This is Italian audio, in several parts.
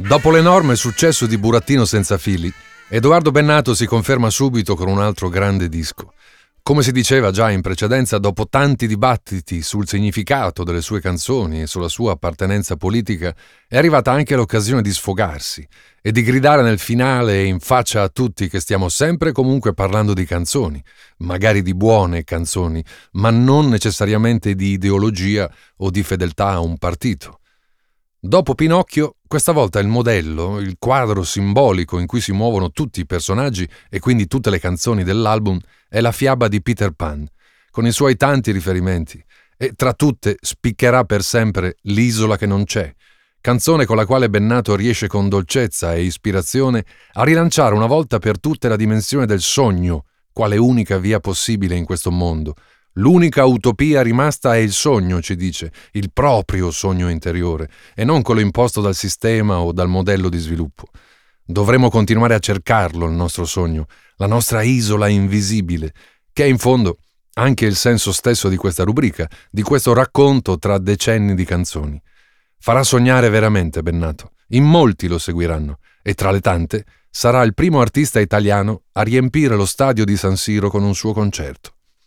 Dopo l'enorme successo di Burattino senza fili, Edoardo Bennato si conferma subito con un altro grande disco. Come si diceva già in precedenza, dopo tanti dibattiti sul significato delle sue canzoni e sulla sua appartenenza politica, è arrivata anche l'occasione di sfogarsi e di gridare nel finale e in faccia a tutti che stiamo sempre e comunque parlando di canzoni, magari di buone canzoni, ma non necessariamente di ideologia o di fedeltà a un partito. Dopo Pinocchio, questa volta il modello, il quadro simbolico in cui si muovono tutti i personaggi e quindi tutte le canzoni dell'album, è la fiaba di Peter Pan, con i suoi tanti riferimenti, e tra tutte spiccherà per sempre L'isola che non c'è, canzone con la quale Bennato riesce con dolcezza e ispirazione a rilanciare una volta per tutte la dimensione del sogno, quale unica via possibile in questo mondo. L'unica utopia rimasta è il sogno, ci dice, il proprio sogno interiore, e non quello imposto dal sistema o dal modello di sviluppo. Dovremo continuare a cercarlo, il nostro sogno, la nostra isola invisibile, che è in fondo anche il senso stesso di questa rubrica, di questo racconto tra decenni di canzoni. Farà sognare veramente Bennato, in molti lo seguiranno, e tra le tante sarà il primo artista italiano a riempire lo stadio di San Siro con un suo concerto.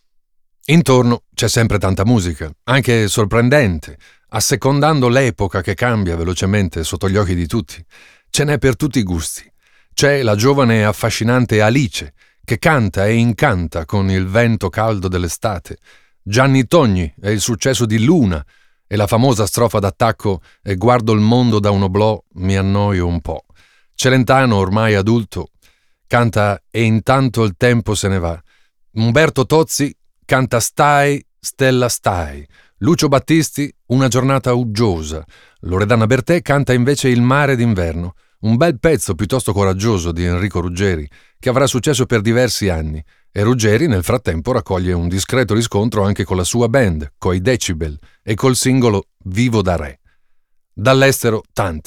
Intorno c'è sempre tanta musica, anche sorprendente, assecondando l'epoca che cambia velocemente sotto gli occhi di tutti. Ce n'è per tutti i gusti. C'è la giovane e affascinante Alice, che canta e incanta con il vento caldo dell'estate. Gianni Togni e il successo di Luna e la famosa strofa d'attacco «E guardo il mondo da un oblò, mi annoio un po'». Celentano, ormai adulto, canta «E intanto il tempo se ne va». Umberto Tozzi canta Stai, Stella stai. Lucio Battisti, Una giornata uggiosa. Loredana Bertè canta invece Il mare d'inverno, un bel pezzo piuttosto coraggioso di Enrico Ruggeri, che avrà successo per diversi anni, e Ruggeri nel frattempo raccoglie un discreto riscontro anche con la sua band, coi Decibel, e col singolo Vivo da re. Dall'estero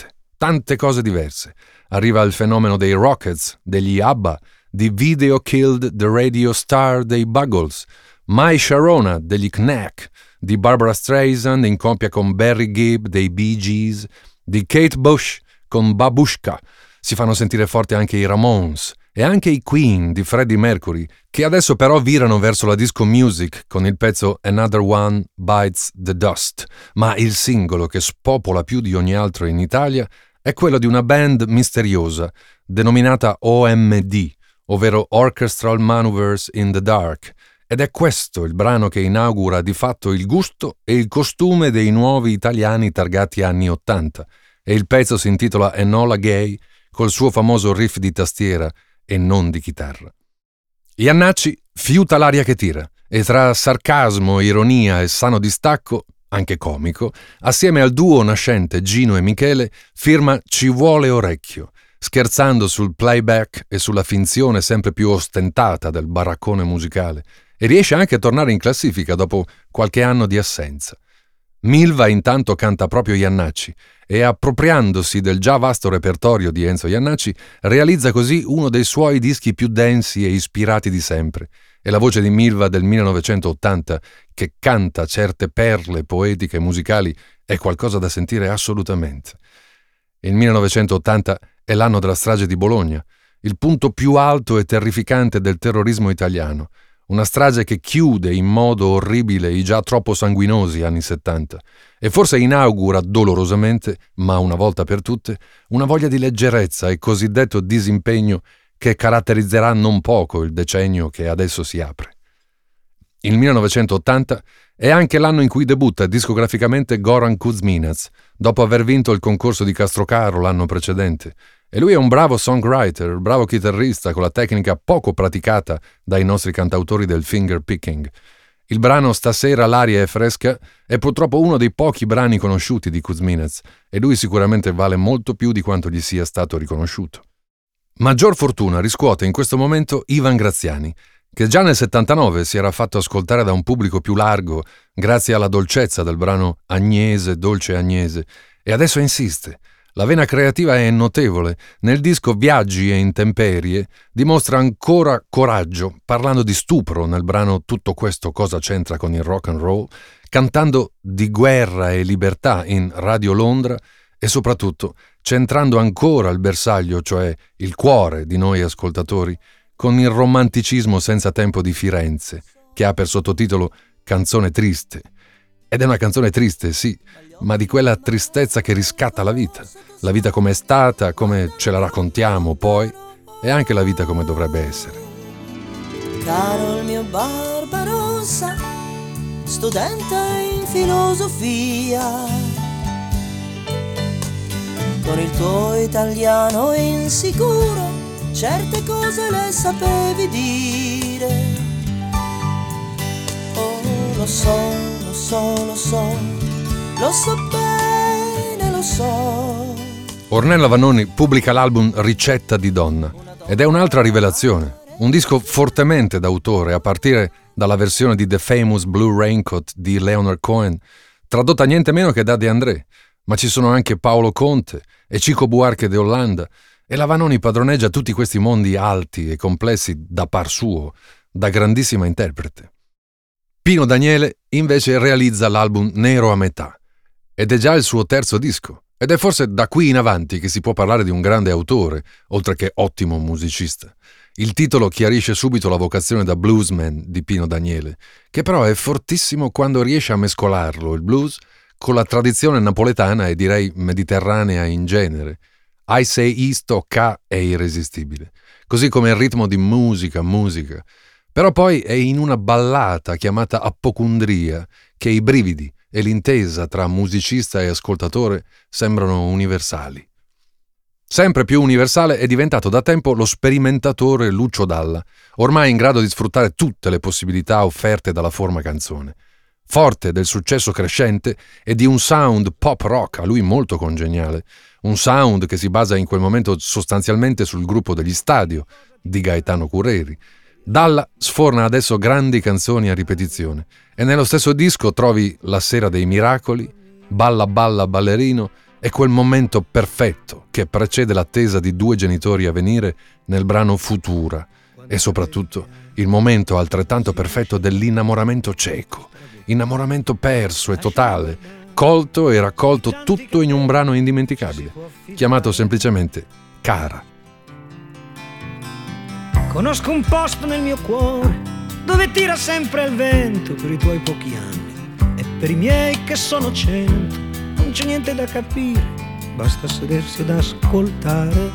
tante cose diverse. Arriva il fenomeno dei Rockets, degli ABBA, di Video Killed the Radio Star dei Buggles, My Sharona degli Knack, di Barbara Streisand in coppia con Barry Gibb dei Bee Gees, di Kate Bush con Babushka. Si fanno sentire forti anche i Ramones e anche i Queen di Freddie Mercury, che adesso però virano verso la disco music con il pezzo Another One Bites the Dust, ma il singolo che spopola più di ogni altro in Italia è quello di una band misteriosa denominata OMD, ovvero Orchestral Maneuvers in the Dark, ed è questo il brano che inaugura di fatto il gusto e il costume dei nuovi italiani targati anni '80, e il pezzo si intitola Enola Gay col suo famoso riff di tastiera e non di chitarra. Iannacci fiuta l'aria che tira e tra sarcasmo, ironia e sano distacco, anche comico, assieme al duo nascente Gino e Michele, firma Ci vuole orecchio, scherzando sul playback e sulla finzione sempre più ostentata del baraccone musicale, e riesce anche a tornare in classifica dopo qualche anno di assenza. Milva intanto canta proprio Iannacci e, appropriandosi del già vasto repertorio di Enzo Iannacci, realizza così uno dei suoi dischi più densi e ispirati di sempre, e la voce di Milva del 1980, che canta certe perle poetiche e musicali, è qualcosa da sentire assolutamente. Il 1980 è l'anno della strage di Bologna, il punto più alto e terrificante del terrorismo italiano, una strage che chiude in modo orribile i già troppo sanguinosi anni 70 e forse inaugura dolorosamente, ma una volta per tutte, una voglia di leggerezza e cosiddetto disimpegno che caratterizzerà non poco il decennio che adesso si apre. Il 1980 è anche l'anno in cui debutta discograficamente Goran Kuzminac, dopo aver vinto il concorso di Castrocaro l'anno precedente. E lui è un bravo songwriter, bravo chitarrista con la tecnica poco praticata dai nostri cantautori del finger picking. Il brano Stasera l'aria è fresca è purtroppo uno dei pochi brani conosciuti di Kuzminac e lui sicuramente vale molto più di quanto gli sia stato riconosciuto. Maggior fortuna riscuote in questo momento Ivan Graziani, che già nel 79 si era fatto ascoltare da un pubblico più largo grazie alla dolcezza del brano Agnese, dolce Agnese, e adesso insiste. La vena creativa è notevole. Nel disco Viaggi e intemperie dimostra ancora coraggio, parlando di stupro nel brano Tutto questo cosa c'entra con il rock and roll, cantando di guerra e libertà in Radio Londra e soprattutto centrando ancora il bersaglio, cioè il cuore di noi ascoltatori, con il romanticismo senza tempo di Firenze, che ha per sottotitolo Canzone triste. Ed è una canzone triste, sì, ma di quella tristezza che riscatta la vita come è stata, come ce la raccontiamo poi, e anche la vita come dovrebbe essere. Caro il mio Barbarossa, studente in filosofia, con il tuo italiano insicuro certe cose le sapevi dire. Oh, lo so bene, lo so. Ornella Vanoni pubblica l'album Ricetta di donna ed è un'altra rivelazione, un disco fortemente d'autore a partire dalla versione di The Famous Blue Raincoat di Leonard Cohen, tradotta niente meno che da De André, ma ci sono anche Paolo Conte e Chico Buarque de Hollanda, e la Vanoni padroneggia tutti questi mondi alti e complessi da par suo, da grandissima interprete. Pino Daniele invece realizza l'album Nero a metà, ed è già il suo terzo disco, ed è forse da qui in avanti che si può parlare di un grande autore, oltre che ottimo musicista. Il titolo chiarisce subito la vocazione da bluesman di Pino Daniele, che però è fortissimo quando riesce a mescolarlo, il blues, con la tradizione napoletana e direi mediterranea in genere. I Say Isto Ca è irresistibile, così come il ritmo di musica. Però poi è in una ballata chiamata Apocondria che i brividi e l'intesa tra musicista e ascoltatore sembrano universali. Sempre più universale è diventato da tempo lo sperimentatore Lucio Dalla, ormai in grado di sfruttare tutte le possibilità offerte dalla forma canzone. Forte del successo crescente e di un sound pop rock a lui molto congeniale, un sound che si basa in quel momento sostanzialmente sul gruppo degli Stadio di Gaetano Curreri. Dalla sforna adesso grandi canzoni a ripetizione e nello stesso disco trovi La sera dei miracoli, Balla balla ballerino e quel momento perfetto che precede l'attesa di due genitori a venire nel brano Futura e soprattutto il momento altrettanto perfetto dell'innamoramento cieco, innamoramento perso e totale, colto e raccolto tutto in un brano indimenticabile, chiamato semplicemente Cara. Conosco un posto nel mio cuore dove tira sempre il vento per i tuoi pochi anni e per i miei che sono 100 non c'è niente da capire, basta sedersi ad ascoltare.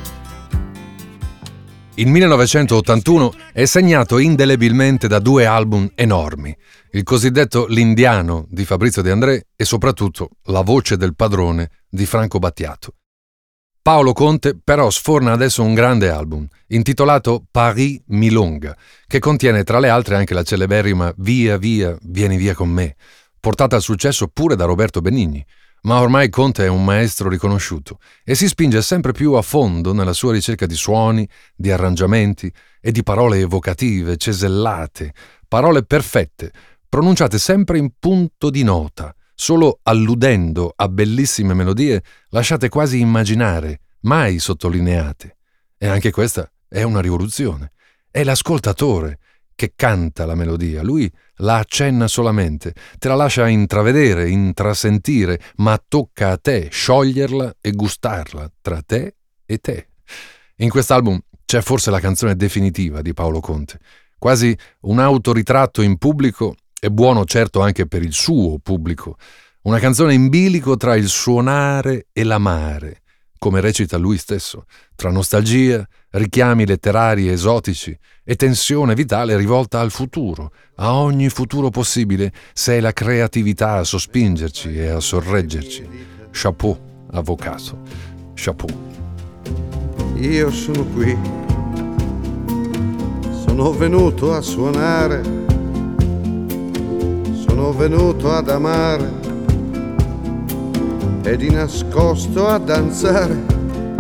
Il 1981 è segnato indelebilmente da due album enormi, il cosiddetto L'Indiano di Fabrizio De André e soprattutto La voce del padrone di Franco Battiato. Paolo Conte però sforna adesso un grande album, intitolato Paris Milonga, che contiene tra le altre anche la celeberrima Via via, vieni via con me, portata al successo pure da Roberto Benigni. Ma ormai Conte è un maestro riconosciuto e si spinge sempre più a fondo nella sua ricerca di suoni, di arrangiamenti e di parole evocative, cesellate, parole perfette, pronunciate sempre in punto di nota, solo alludendo a bellissime melodie lasciate quasi immaginare, mai sottolineate. E anche questa è una rivoluzione. È l'ascoltatore che canta la melodia, lui la accenna solamente, te la lascia intravedere, intrasentire, ma tocca a te scioglierla e gustarla tra te e te. In quest'album c'è forse la canzone definitiva di Paolo Conte, quasi un autoritratto in pubblico e buono certo anche per il suo pubblico, una canzone in bilico tra il suonare e l'amare, come recita lui stesso, tra nostalgia, richiami letterari esotici e tensione vitale rivolta al futuro, a ogni futuro possibile, se è la creatività a sospingerci e a sorreggerci. Chapeau, avvocato, chapeau. Io sono qui, sono venuto a suonare, sono venuto ad amare e di nascosto a danzare.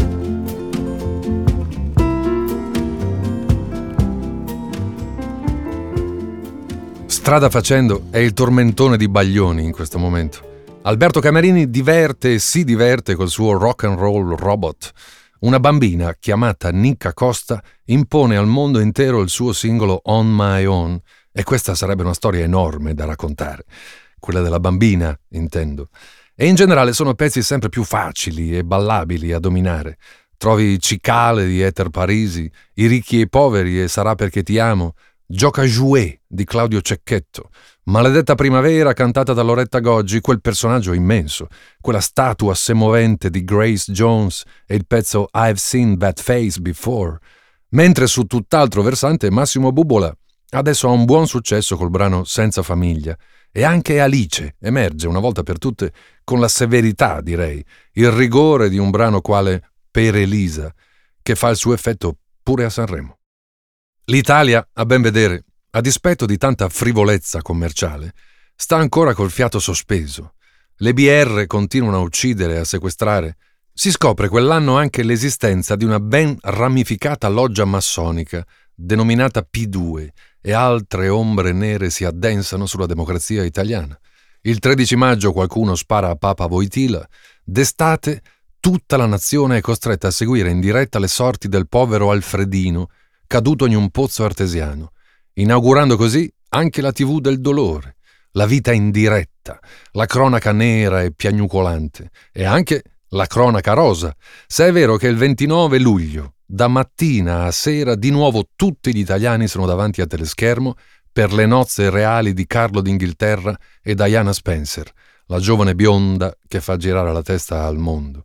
Strada facendo è il tormentone di Baglioni in questo momento. Alberto Camerini diverte e si diverte col suo rock and roll robot. Una bambina chiamata Nicca Costa impone al mondo intero il suo singolo On My Own e questa sarebbe una storia enorme da raccontare. Quella della bambina, intendo. E in generale sono pezzi sempre più facili e ballabili a dominare. Trovi Cicale di Ether Parisi, I ricchi e i poveri e Sarà perché ti amo, Gioca Jouet di Claudio Cecchetto, Maledetta primavera cantata da Loretta Goggi, quel personaggio immenso, quella statua semovente di Grace Jones e il pezzo I've Seen That Face Before. Mentre su tutt'altro versante Massimo Bubola adesso ha un buon successo col brano Senza famiglia, e anche Alice emerge una volta per tutte con la severità, direi, il rigore di un brano quale Per Elisa, che fa il suo effetto pure a Sanremo. L'Italia, a ben vedere, a dispetto di tanta frivolezza commerciale, sta ancora col fiato sospeso. Le BR continuano a uccidere e a sequestrare. Si scopre quell'anno anche l'esistenza di una ben ramificata loggia massonica, denominata P2, e altre ombre nere si addensano sulla democrazia italiana. Il 13 maggio qualcuno spara a Papa Wojtyla. D'estate tutta la nazione è costretta a seguire in diretta le sorti del povero Alfredino, caduto in un pozzo artesiano, inaugurando così anche la TV del dolore, la vita in diretta, la cronaca nera e piagnucolante, e anche la cronaca rosa, se è vero che il 29 luglio, da mattina a sera, di nuovo tutti gli italiani sono davanti a teleschermo per le nozze reali di Carlo d'Inghilterra e Diana Spencer, la giovane bionda che fa girare la testa al mondo.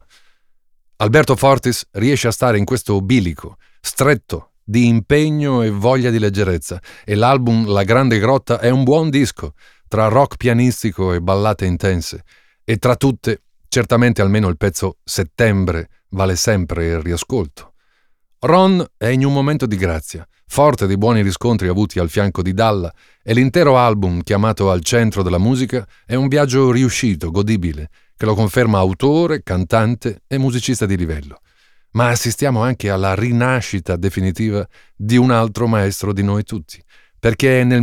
Alberto Fortis riesce a stare in questo bilico, stretto, di impegno e voglia di leggerezza, e l'album La Grande Grotta è un buon disco, tra rock pianistico e ballate intense, e tra tutte, certamente almeno il pezzo Settembre vale sempre il riascolto. Ron è in un momento di grazia, forte dei buoni riscontri avuti al fianco di Dalla, e l'intero album, chiamato Al centro della musica, è un viaggio riuscito, godibile, che lo conferma autore, cantante e musicista di livello. Ma assistiamo anche alla rinascita definitiva di un altro maestro di noi tutti, perché è nel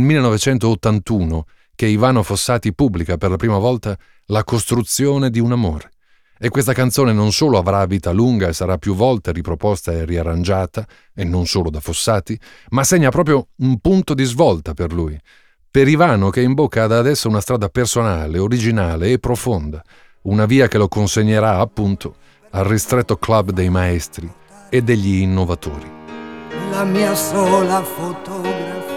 1981 che Ivano Fossati pubblica per la prima volta La costruzione di un amore. E questa canzone non solo avrà vita lunga e sarà più volte riproposta e riarrangiata, e non solo da Fossati, ma segna proprio un punto di svolta per lui, per Ivano, che imbocca da adesso una strada personale, originale e profonda, una via che lo consegnerà appunto al ristretto club dei maestri e degli innovatori. La mia sola fotografia,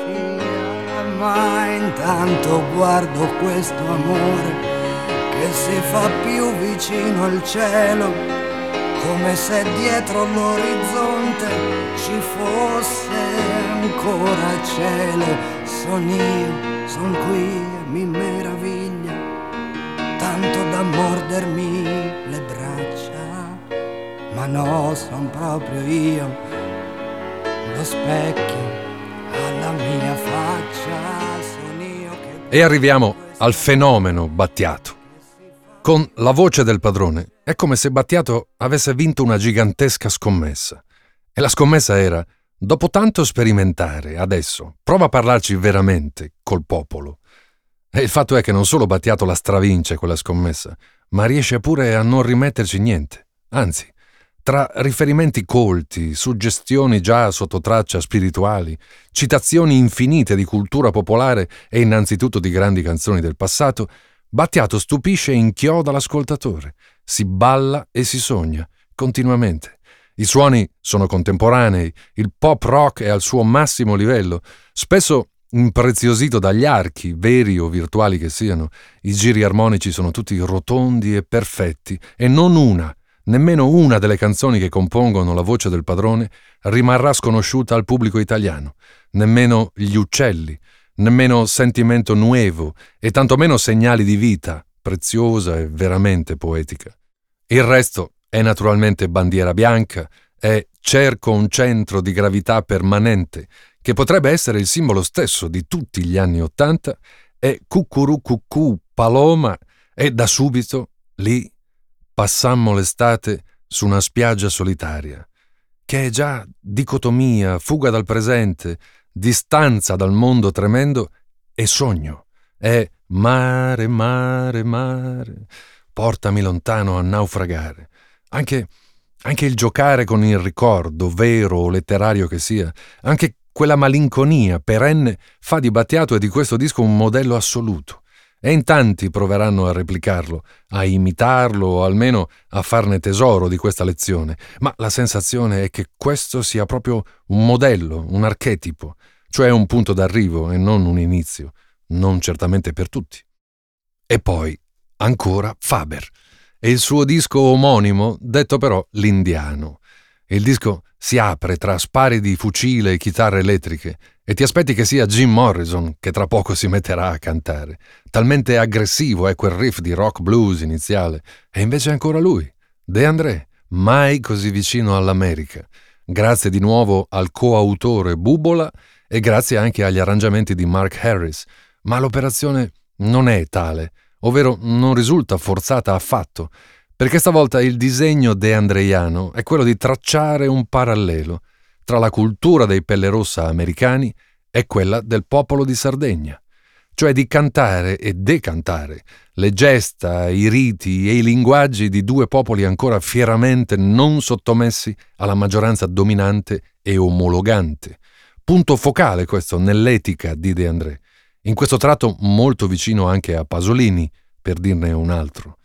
ma intanto guardo questo amore che si fa più vicino al cielo, come se dietro l'orizzonte ci fosse ancora cielo. Son qui e mi meraviglia, tanto da mordermi le braccia, ma no, son proprio io, lo specchio alla mia faccia, son io che... E arriviamo al fenomeno Battiato. Con La voce del padrone è come se Battiato avesse vinto una gigantesca scommessa. E la scommessa era: dopo tanto sperimentare, adesso prova a parlarci veramente col popolo. E il fatto è che non solo Battiato la stravince quella scommessa, ma riesce pure a non rimetterci niente. Anzi, tra riferimenti colti, suggestioni già sotto traccia spirituali, citazioni infinite di cultura popolare e innanzitutto di grandi canzoni del passato, Battiato stupisce e inchioda l'ascoltatore. Si balla e si sogna, continuamente. I suoni sono contemporanei, il pop rock è al suo massimo livello, spesso impreziosito dagli archi, veri o virtuali che siano. I giri armonici sono tutti rotondi e perfetti, e non una, nemmeno una delle canzoni che compongono La voce del padrone rimarrà sconosciuta al pubblico italiano, nemmeno Gli uccelli, nemmeno Sentimento Nuevo e tantomeno Segnali di vita, preziosa e veramente poetica. Il resto è naturalmente Bandiera bianca, è Cerco un centro di gravità permanente, che potrebbe essere il simbolo stesso di tutti gli anni '80, è Cucurù Cucù Paloma, e da subito lì passammo l'estate su una spiaggia solitaria, che è già dicotomia, fuga dal presente, distanza dal mondo tremendo e sogno. È mare, mare, mare, portami lontano a naufragare. Anche il giocare con il ricordo, vero o letterario che sia, anche quella malinconia perenne fa di Battiato e di questo disco un modello assoluto. e in tanti proveranno a replicarlo, a imitarlo o almeno a farne tesoro di questa lezione, ma la sensazione è che questo sia proprio un modello, un archetipo, cioè un punto d'arrivo e non un inizio, non certamente per tutti. E poi, ancora, Faber e il suo disco omonimo, detto però l'Indiano. Il disco si apre tra spari di fucile e chitarre elettriche e ti aspetti che sia Jim Morrison che tra poco si metterà a cantare. Talmente aggressivo è quel riff di rock blues iniziale, e invece è ancora lui, De André, mai così vicino all'America. Grazie di nuovo al coautore Bubola e grazie anche agli arrangiamenti di Mark Harris, ma l'operazione non è tale, ovvero non risulta forzata affatto, perché stavolta il disegno deandreiano è quello di tracciare un parallelo tra la cultura dei pelle rossa americani e quella del popolo di Sardegna, cioè di cantare e decantare le gesta, i riti e i linguaggi di due popoli ancora fieramente non sottomessi alla maggioranza dominante e omologante. Punto focale questo nell'etica di De André, in questo tratto molto vicino anche a Pasolini, per dirne un altro.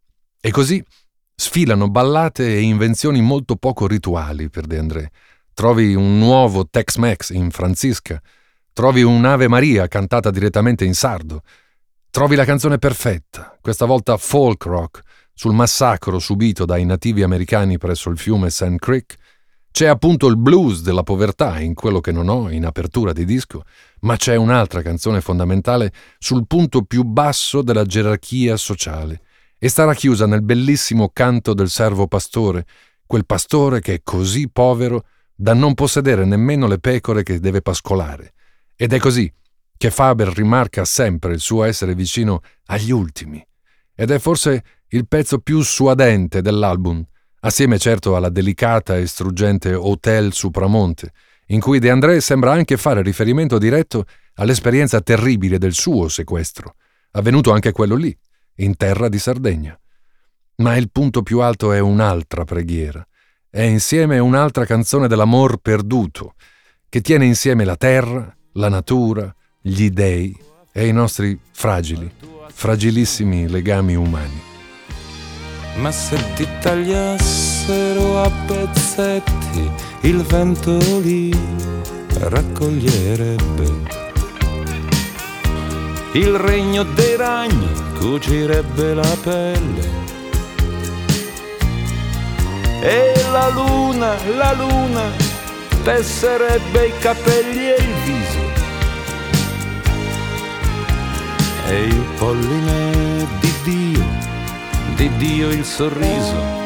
E così sfilano ballate e invenzioni molto poco rituali per De André. Trovi un nuovo Tex-Mex in Francisca, trovi un'Ave Maria cantata direttamente in sardo, trovi la canzone perfetta, questa volta folk rock, sul massacro subito dai nativi americani presso il fiume Sand Creek. C'è appunto il blues della povertà in quello che non ho in apertura di disco, ma c'è un'altra canzone fondamentale sul punto più basso della gerarchia sociale e sta racchiusa nel bellissimo canto del servo pastore, quel pastore che è così povero da non possedere nemmeno le pecore che deve pascolare. Ed è così che Faber rimarca sempre il suo essere vicino agli ultimi. Ed è forse il pezzo più suadente dell'album, assieme certo alla delicata e struggente Hotel Supramonte, in cui De André sembra anche fare riferimento diretto all'esperienza terribile del suo sequestro, avvenuto anche quello lì, in terra di Sardegna. Ma il punto più alto è un'altra preghiera, è insieme un'altra canzone dell'amor perduto, che tiene insieme la terra, la natura, gli dei e i nostri fragili, fragilissimi legami umani. Ma se ti tagliassero a pezzetti, il vento li raccoglierebbe. Il regno dei ragni cucirebbe la pelle. E la luna, tesserebbe i capelli e il viso. E il polline di Dio il sorriso.